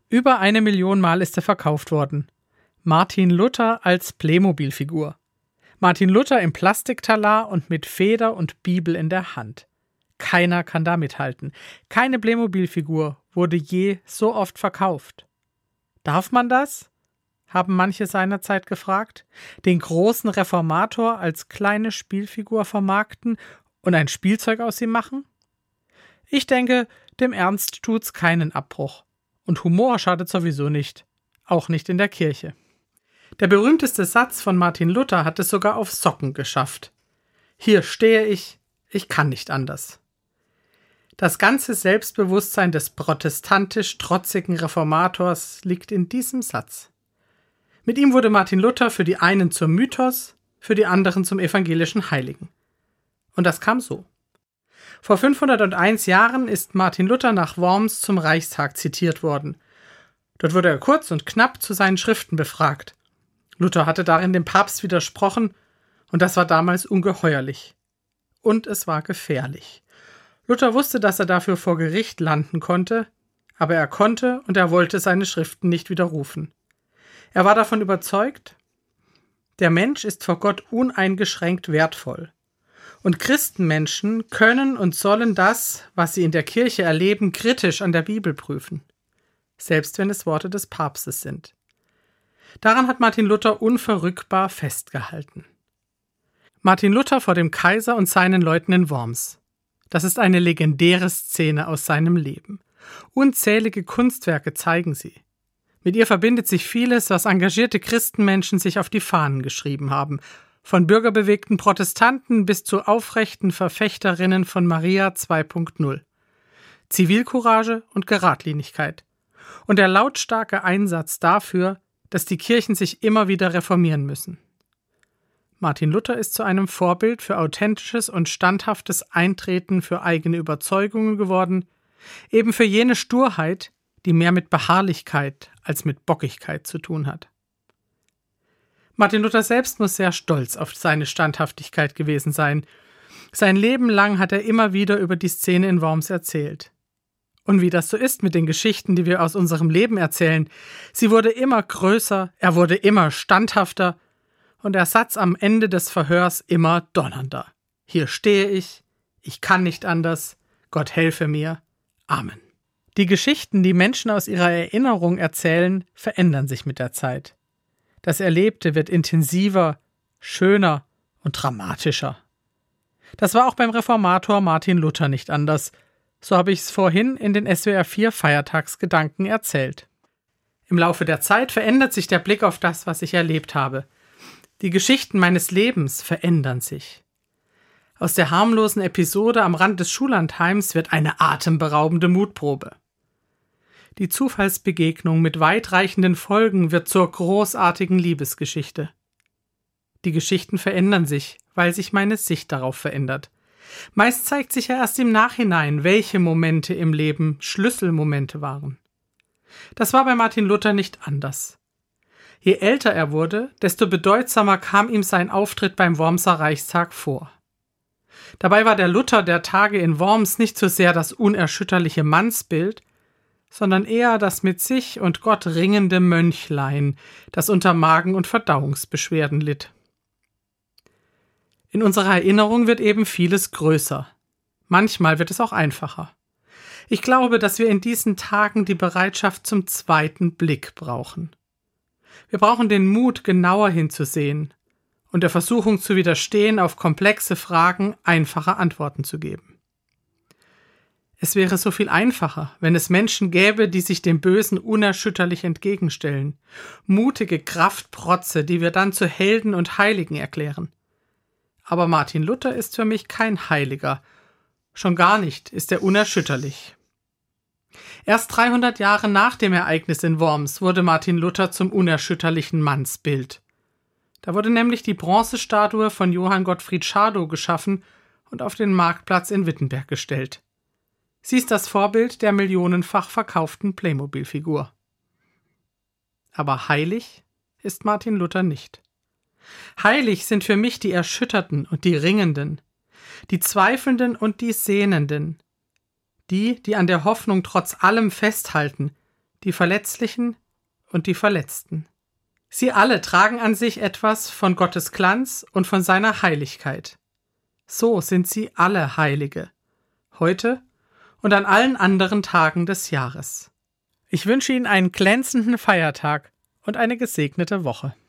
Über 1 Million Mal ist er verkauft worden. Martin Luther als Playmobil-Figur. Martin Luther im Plastiktalar und mit Feder und Bibel in der Hand. Keiner kann da mithalten. Keine Playmobil-Figur wurde je so oft verkauft. Darf man das? Haben manche seinerzeit gefragt. Den großen Reformator als kleine Spielfigur vermarkten und ein Spielzeug aus ihm machen? Ich denke, dem Ernst tut's keinen Abbruch. Und Humor schadet sowieso nicht. Auch nicht in der Kirche. Der berühmteste Satz von Martin Luther hat es sogar auf Socken geschafft. Hier stehe ich kann nicht anders. Das ganze Selbstbewusstsein des protestantisch trotzigen Reformators liegt in diesem Satz. Mit ihm wurde Martin Luther für die einen zum Mythos, für die anderen zum evangelischen Heiligen. Und das kam so. Vor 501 Jahren ist Martin Luther nach Worms zum Reichstag zitiert worden. Dort wurde er kurz und knapp zu seinen Schriften befragt. Luther hatte darin dem Papst widersprochen, und das war damals ungeheuerlich. Und es war gefährlich. Luther wusste, dass er dafür vor Gericht landen konnte, aber er konnte und er wollte seine Schriften nicht widerrufen. Er war davon überzeugt, der Mensch ist vor Gott uneingeschränkt wertvoll. Und Christenmenschen können und sollen das, was sie in der Kirche erleben, kritisch an der Bibel prüfen. Selbst wenn es Worte des Papstes sind. Daran hat Martin Luther unverrückbar festgehalten. Martin Luther vor dem Kaiser und seinen Leuten in Worms. Das ist eine legendäre Szene aus seinem Leben. Unzählige Kunstwerke zeigen sie. Mit ihr verbindet sich vieles, was engagierte Christenmenschen sich auf die Fahnen geschrieben haben. Von bürgerbewegten Protestanten bis zu aufrechten Verfechterinnen von Maria 2.0. Zivilcourage und Geradlinigkeit. Und der lautstarke Einsatz dafür, dass die Kirchen sich immer wieder reformieren müssen. Martin Luther ist zu einem Vorbild für authentisches und standhaftes Eintreten für eigene Überzeugungen geworden, eben für jene Sturheit, die mehr mit Beharrlichkeit als mit Bockigkeit zu tun hat. Martin Luther selbst muss sehr stolz auf seine Standhaftigkeit gewesen sein. Sein Leben lang hat er immer wieder über die Szene in Worms erzählt. Und wie das so ist mit den Geschichten, die wir aus unserem Leben erzählen, sie wurde immer größer, er wurde immer standhafter und der Satz am Ende des Verhörs immer donnernder. Hier stehe ich kann nicht anders, Gott helfe mir, Amen. Die Geschichten, die Menschen aus ihrer Erinnerung erzählen, verändern sich mit der Zeit. Das Erlebte wird intensiver, schöner und dramatischer. Das war auch beim Reformator Martin Luther nicht anders. So habe ich es vorhin in den SWR 4 Feiertagsgedanken erzählt. Im Laufe der Zeit verändert sich der Blick auf das, was ich erlebt habe. Die Geschichten meines Lebens verändern sich. Aus der harmlosen Episode am Rand des Schullandheims wird eine atemberaubende Mutprobe. Die Zufallsbegegnung mit weitreichenden Folgen wird zur großartigen Liebesgeschichte. Die Geschichten verändern sich, weil sich meine Sicht darauf verändert. Meist zeigt sich ja erst im Nachhinein, welche Momente im Leben Schlüsselmomente waren. Das war bei Martin Luther nicht anders. Je älter er wurde, desto bedeutsamer kam ihm sein Auftritt beim Wormser Reichstag vor. Dabei war der Luther der Tage in Worms nicht so sehr das unerschütterliche Mannsbild, sondern eher das mit sich und Gott ringende Mönchlein, das unter Magen- und Verdauungsbeschwerden litt. In unserer Erinnerung wird eben vieles größer. Manchmal wird es auch einfacher. Ich glaube, dass wir in diesen Tagen die Bereitschaft zum zweiten Blick brauchen. Wir brauchen den Mut, genauer hinzusehen und der Versuchung zu widerstehen, auf komplexe Fragen einfache Antworten zu geben. Es wäre so viel einfacher, wenn es Menschen gäbe, die sich dem Bösen unerschütterlich entgegenstellen. Mutige Kraftprotze, die wir dann zu Helden und Heiligen erklären. Aber Martin Luther ist für mich kein Heiliger. Schon gar nicht ist er unerschütterlich. Erst 300 Jahre nach dem Ereignis in Worms wurde Martin Luther zum unerschütterlichen Mannsbild. Da wurde nämlich die Bronzestatue von Johann Gottfried Schadow geschaffen und auf den Marktplatz in Wittenberg gestellt. Sie ist das Vorbild der millionenfach verkauften Playmobil-Figur. Aber heilig ist Martin Luther nicht. Heilig sind für mich die Erschütterten und die Ringenden, die Zweifelnden und die Sehnenden, die an der Hoffnung trotz allem festhalten, die Verletzlichen und die Verletzten. Sie alle tragen an sich etwas von Gottes Glanz und von seiner Heiligkeit. So sind sie alle Heilige, heute und an allen anderen Tagen des Jahres. Ich wünsche Ihnen einen glänzenden Feiertag und eine gesegnete Woche.